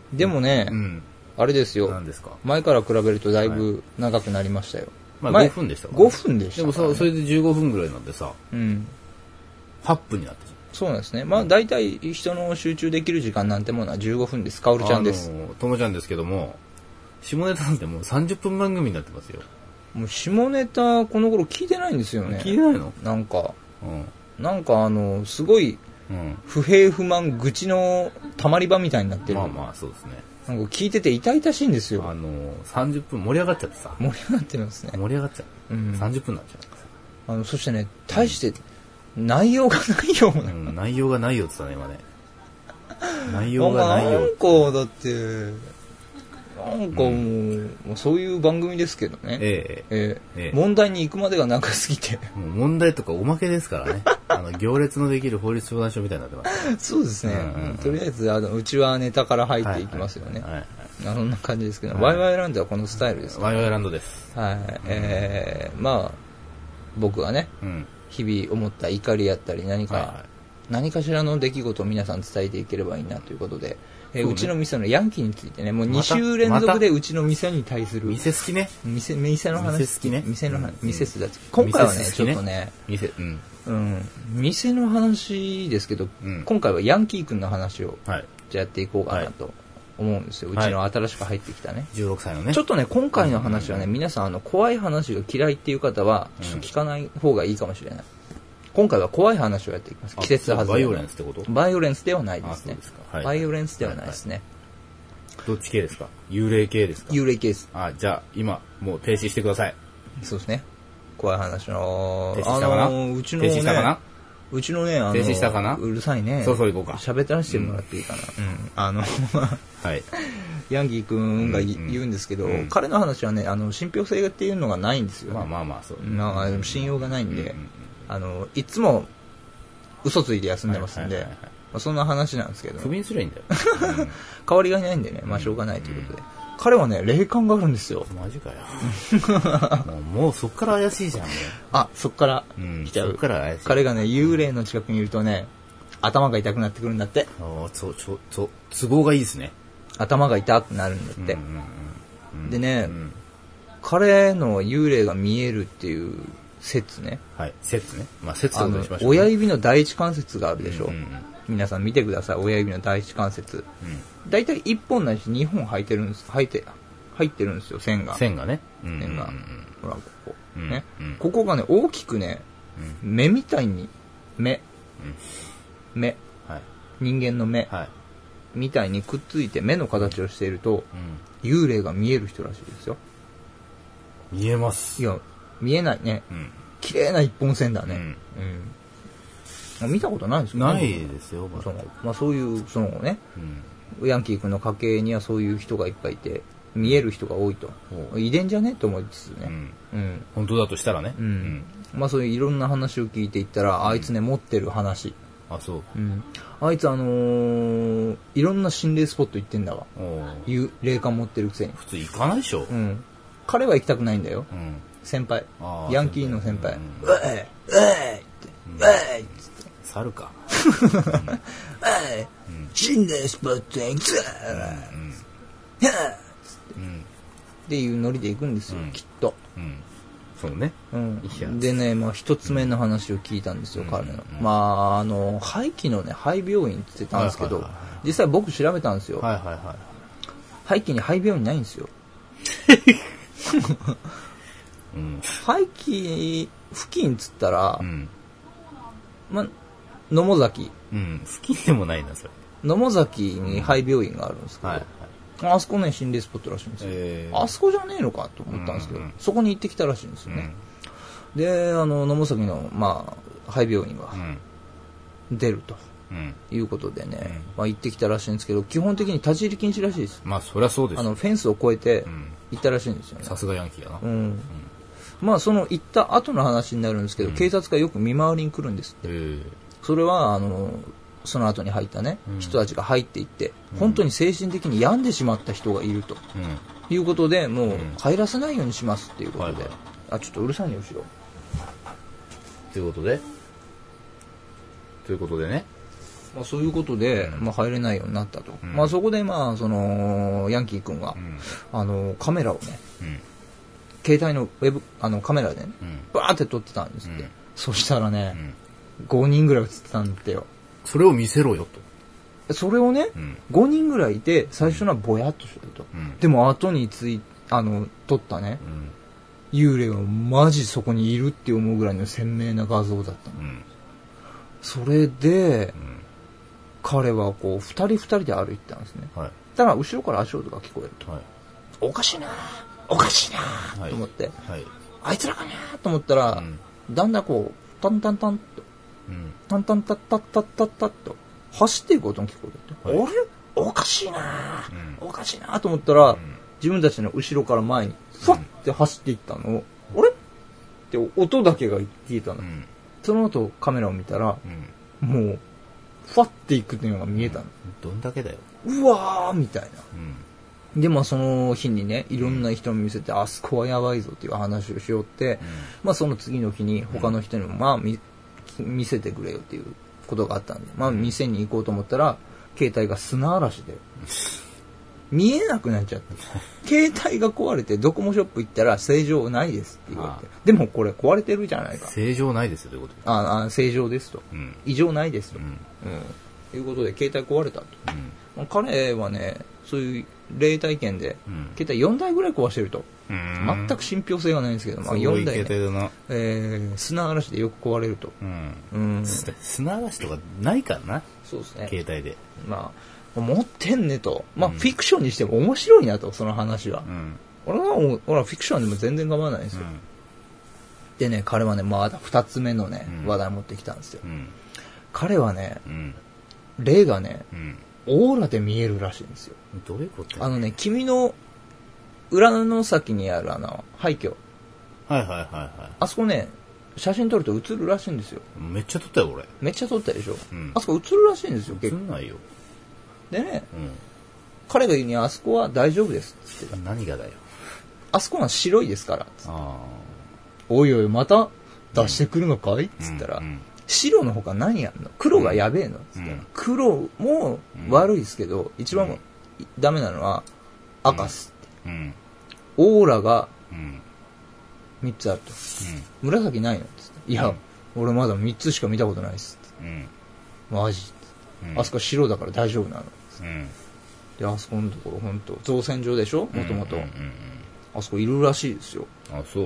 でもね、あれですよ。 何ですか？ 前から比べるとだいぶ長くなりましたよ。 まあ5分でしたからね。5分でしたからね。でもそれで15分ぐらいなんでさ、8分になってる。 そうなんですね。まあ大体人の集中できる時間なんてものは15分です。かおるちゃんです。 ともちゃんですけども、下ネタなんてもう30分番組になってますよ。 もう下ネタこの頃聞いてないんですよね。 聞いてないの？ なんかすごい不平不満愚痴のたまり場みたいになってる。 まあまあそうですね。 なんか聞いてて痛々しいんですよ。 30分盛り上がっちゃってさ。 盛り上がってますね。 盛り上がっちゃう。30分になっちゃう。そしてね、大して内容がないような。 内容がないよって言ったね、今ね。内容がないよ。 なんか、だって、なんかもうそういう番組ですけどね。問題に行くまでが長すぎて。 もう問題とかおまけですからね。行列のできる法律相談所みたいになってます。 そうですね。とりあえず、うちはネタから入っていきますよね。そんな感じですけど、ワイワイランドはこのスタイルです。 ワイワイランドです。 はい。まあ、僕がね、日々思った怒りやったり何かしらの出来事を皆さん伝えていければいいなということで、うちの店のヤンキーについてね、もう2週連続でうちの店に対する店好きね。 店の話好きね。 店の話、店すだち。今回はね、ちょっとね、店の話ですけど、今回はヤンキー君の話をじゃあやっていこうかなと思うんですよ。うちの新しく入ってきたね。 16歳のね。 ちょっとね、今回の話はね、皆さん怖い話が嫌いっていう方は、ちょっと聞かない方がいいかもしれない。今回は怖い話をやっていきます。季節外れ。 バイオレンスってこと？ バイオレンスではないですね。バイオレンスではないですね。 どっち系ですか？幽霊系ですか？ 幽霊系です。 じゃあ今もう停止してください。 そうですね。怖い話の停止したかな？ うちのね、 停止したかな？ うちのね、 停止したかな？ うるさいね。 そう行こうか。 喋ってらしてもらっていいかな。 はい。 ヤンキー君が言うんですけど、彼の話はね、信憑性っていうのがないんですよ。 まあそう。 信用がないんで、いつも嘘ついて休んでますんで、そんな話なんですけど。 不眠すりゃいいんだよ。 代わりがいないんでね、まあしょうがないということで。彼はね、霊感があるんですよ。 マジかよ。もうそっから怪しいじゃんね。 そっから来ちゃう。 そっから怪しい。 彼がね、幽霊の近くにいるとね、頭が痛くなってくるんだって。 都合がいいですね。 頭が痛くなるんだって。でね、彼の幽霊が見えるっていう説ね。 はい、説ね。まあ説をお願いしましょう。 親指の第一関節があるでしょ。皆さん見てください。親指の第一関節。だいたい1本ないし2本入ってるんです。入ってるんですよ、線が。 線がね。 線が。ほら、ここ。ね。ここがね、大きくね、目みたいに、目。人間の目。みたいにくっついて目の形をしていると、幽霊が見える人らしいですよ。 見えます。 いや、見えないね。綺麗な一本線だね。見たことないですか？ないですよ。 まあそういうそのね、ヤンキー君の家系にはそういう人がいっぱいいて、見える人が多いと。遺伝じゃねと思いつつね。 本当だとしたらね。 まあそういういろんな話を聞いていったら、あいつね持ってる話。 そう。 あいついろんな心霊スポット行ってんだわ。霊感持ってるくせに。 普通行かないでしょ。 彼は行きたくないんだよ。先輩。ヤンキーの先輩。 猿か。 心霊スポットへ行くぞっていうノリで行くんですよ、きっと。 そうね。 でね、まあ一つ目の話を聞いたんですよ、彼の。まあ、廃棄のね、廃病院って言ってたんですけど、実際僕調べたんですよ。廃棄に廃病院ないんですよ。廃棄付近っつったら、まあ、野母崎。 付近でもないな、それ。 野母崎に廃病院があるんですけど、あそこね、心霊スポットらしいんですよ。あそこじゃねえのかと思ったんですけど、そこに行ってきたらしいんですよね。で、野母崎の、まあ、廃病院が出るということでね、まあ行ってきたらしいんですけど、基本的に立ち入り禁止らしいです。 まあ、そりゃそうです。 フェンスを越えて行ったらしいんですよね。 さすがヤンキーやな。 まあ、その行った後の話になるんですけど、警察がよく見回りに来るんですって。それは、その後に入ったね、人たちが入っていって、本当に精神的に病んでしまった人がいると、いうことで、もう入らせないようにしますっていうことで、ちょっとうるさいね、後ろ。 ということでね。 まあ、そういうことで、まあ、入れないようになったと。まあ、そこで、まあ、その、ヤンキー君が、カメラをね、携帯のウェブ、カメラでね、バーって撮ってたんですって。そしたらね、5人ぐらい映ってたんだよ。 それを見せろよと。 それをね、5人ぐらいいて、最初のはぼやっとしてると。でも、後に撮ったね、幽霊はマジそこにいるって思うぐらいの鮮明な画像だったの。それで、彼はこう、二人で歩いてたんですね。だから、後ろから足音が聞こえると。おかしいなと思って、あいつらかなと思ったら、だんだんこう、タンタンタンと、タンタンタッタッタッタッタッと、走っていく音が聞こえて、あれおかしいなと思ったら、自分たちの後ろから前に、ファッて走っていったのを、あれって音だけが聞いたの。その後カメラを見たら、もう、ファッていくのが見えたの。 どんだけだよ。 うわーみたいな。で、まあその日にね、いろんな人に見せて、あそこはやばいぞっていう話をしようって、まあその次の日に他の人にも、まあ見せてくれよっていうことがあったんで、まあ店に行こうと思ったら、携帯が砂嵐で、見えなくなっちゃった。携帯が壊れてドコモショップ行ったら正常ないですって言われて。でもこれ壊れてるじゃないか。 正常ないですよということ正常ですと。異常ないですと。ということで携帯壊れたと。まあ、彼はね、そういう霊体験で、携帯4台ぐらい壊してると。全く信憑性がないんですけど、まあ4台、ね、砂嵐でよく壊れると。 砂嵐とかないからな。 そうですね。 携帯で。 まあ持ってんねと。まあ、フィクションにしても面白いなと、その話は。俺はフィクションでも全然構わないんですよ。でね、彼はね、まだ2つ目のね、話題持ってきたんですよ。彼はね、霊がね、オーラで見えるらしいんですよ。 どういうこと？ 君の裏の先にある廃墟。あそこね、写真撮ると映るらしいんですよ。 めっちゃ撮ったよ、俺。 めっちゃ撮ったでしょ。あそこ映るらしいんですよ、 結構。映んないよ。 でね、彼が言うにあそこは大丈夫ですって言ってた。 何がだよ。 あそこは白いですから。おいおい、また出してくるのかいっつったら、白のほか何やんの？黒がやべえのっつったら、黒も悪いですけど、一番ダメなのは赤っすって。オーラが3つあると。紫ないのっつって。いや、俺まだ3つしか見たことないっすって。マジあそこ白だから大丈夫なの。で、あそこのところ、ほんと、造船所でしょもともと。あそこいるらしいですよ。 あ、そう。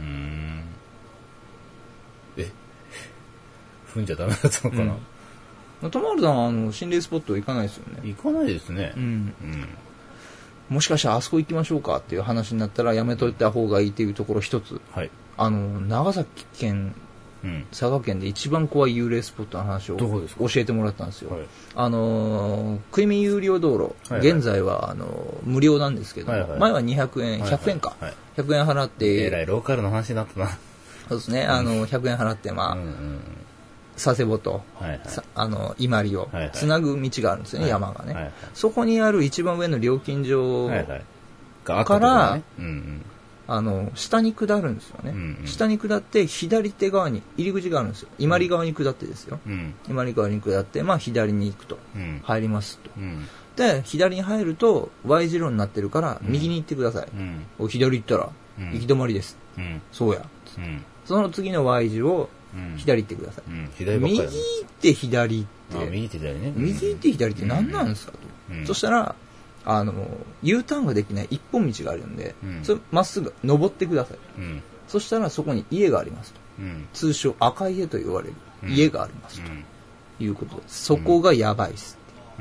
踏んじゃダメだったのかな。 トマールさんは心霊スポット行かないですよね。 行かないですね。 もしかしたらあそこ行きましょうかっていう話になったらやめといた方がいいっていうところ一つ。長崎県、佐賀県で一番怖い幽霊スポットの話を教えてもらったんですよ。クイミ有料道路、現在は無料なんですけど、前は200円、100円か。100円払って。 えらいローカルの話になったな。 そうですね。100円払って、まあ、佐世保と、伊万里をつなぐ道があるんですよね、山がね。そこにある一番上の料金所から、下に下るんですよね。下に下って左手側に入り口があるんですよ。伊万里側に下ってですよ。伊万里側に下って、まあ左に行くと。入りますと。で、左に入ると Y 字路になってるから右に行ってください。左行ったら行き止まりです。そうや。その次の Y 字を左行ってください。右行って左行って。 右行って左ね。 右行って左って何なんですかと。そしたら、U ターンができない一本道があるんで、それまっすぐ登ってください。そしたらそこに家がありますと。通称赤家と言われる家がありますと。いうことで、そこがやばいっすって。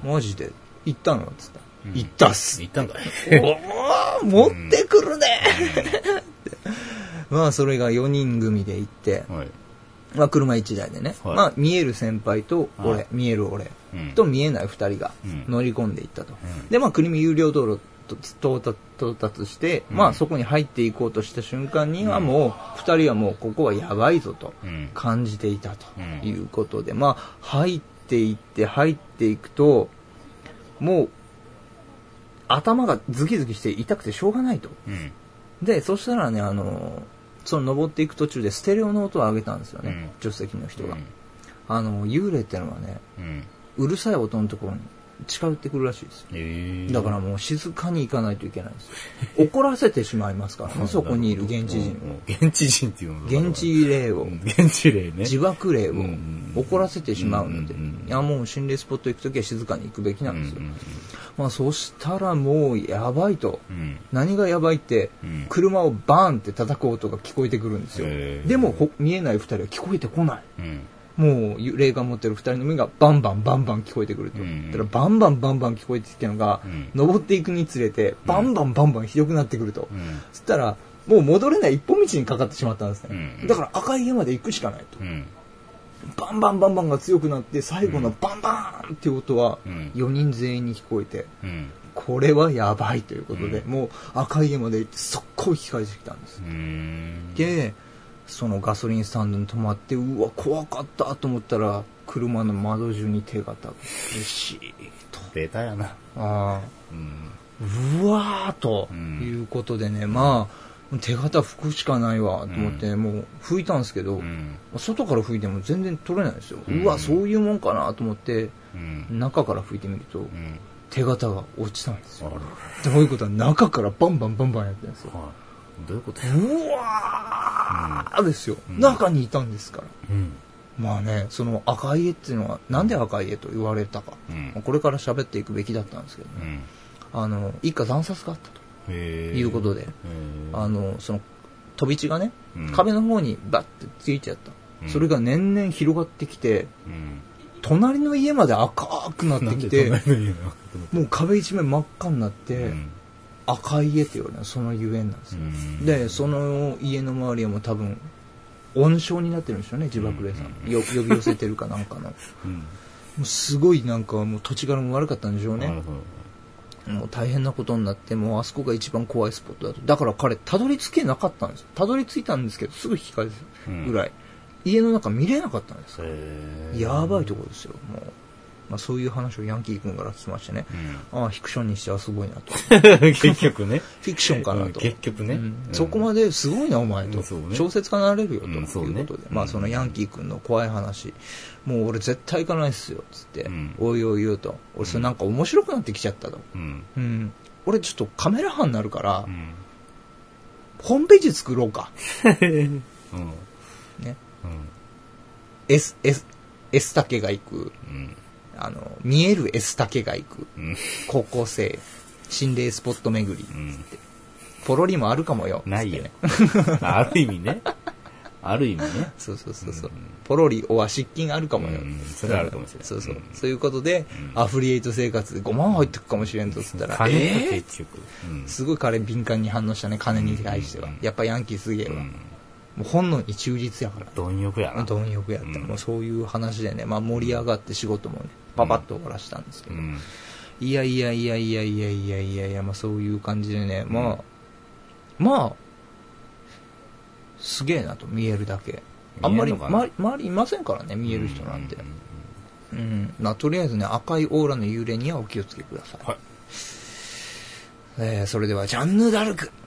マジで行ったのっつったら。行ったっす。 行ったんかい。 おー持ってくるねまあそれが4人組で行って、まあ車1台でね、まあ見える先輩と俺、見える俺と見えない2人が乗り込んでいったと。で、まあ国見有料道路と到達して、まあそこに入っていこうとした瞬間にはもう2人はもうここはやばいぞと感じていたということで、まあ入っていくと、もう頭がズキズキして痛くてしょうがないと。で、そしたらね、その登っていく途中でステレオの音を上げたんですよね、助手席の人が。 幽霊ってのはね、うるさい音のところに近寄ってくるらしいですよ。だからもう静かに行かないといけないんですよ。怒らせてしまいますからね、そこにいる現地人を。 現地人っていうの現地霊を。 現地霊ね。 自爆霊を怒らせてしまうので、いやもう心霊スポット行くときは静かに行くべきなんですよ。まあそしたらもうやばいと。何がやばいって、車をバーンって叩く音が聞こえてくるんですよ。でも見えない二人は聞こえてこない。もう霊が持ってる二人の目がバンバンバンバン聞こえてくると。だからバンバンバンバン聞こえてきたのが、登っていくにつれてバンバンバンバンひどくなってくると。そしたらもう戻れない一本道にかかってしまったんですね。だから赤い家まで行くしかないと。バンバンバンバンが強くなって最後のバンバーンっていう音は4人全員に聞こえて、これはやばいということで、もう赤い家まで行って速攻引き返してきたんです。でそのガソリンスタンドに止まって、うわ怖かったと思ったら車の窓中に手形がビシーとベタやな。 うわーということでね、まあ手形拭くしかないわと思って、もう拭いたんですけど、外から拭いても全然取れないですよ。うわそういうもんかなと思って、中から拭いてみると、手形が落ちたんですよ。どういうことは中からバンバンバンバンやってるんですよ。 どういうこと？ うわーですよ、中にいたんですから。まあね、その赤い絵っていうのはなんで赤い絵と言われたか、これから喋っていくべきだったんですけどね、一家惨殺があったということで、その飛び地がね、壁の方にバッてついちゃった、それが年々広がってきて、隣の家まで赤くなってきて、もう壁一面真っ赤になって、赤い家って言われるのはそのゆえんなんですよ。でその家の周りはもう多分温床になってるんでしょうね、自爆霊さん呼び寄せてるかなんかの、もうすごいなんかもう土地柄も悪かったんでしょうね。もう大変なことになって、もうあそこが一番怖いスポットだと。だから彼たどり着けなかったんですよ。たどり着いたんですけどすぐ引き返すぐらい、家の中見れなかったんですよ。やばいところですよ。もうまあ、そういう話をヤンキー君から聞きましてね、ああフィクションにしてはすごいなと結局ねフィクションかなと、 結局ね、 そこまですごいなお前と、小説家になれるよということで、まあそのヤンキー君の怖い話、もう俺絶対行かないっすよつって、おいおい言うと、俺それなんか面白くなってきちゃったと、俺ちょっとカメラ班になるから、ホームページ作ろうかね、S 竹が行く、見える S 竹が行く、高校生心霊スポット巡りつって、ポロリもあるかもよないよある意味ねある意味ねそう、ポロリおは失禁あるかもよ、 それはあるかもしれない。 そういうことで、アフリエイト生活で5万入ってくかもしれんとつったら、 結局、 すごい彼敏感に反応したね、金に対しては、やっぱヤンキーすげえわ、もう本能に忠実やから、 貪欲やな、 貪欲やった、もうそういう話でね、まあ盛り上がって仕事もねパパッと終わらしたんですけど、いや、まあそういう感じでね、まあすげえなと、見えるだけ、あんまり周りいませんからね、見える人なんて、まあとりあえずね、赤いオーラの幽霊にはお気をつけください。それではジャンヌ・ダルク。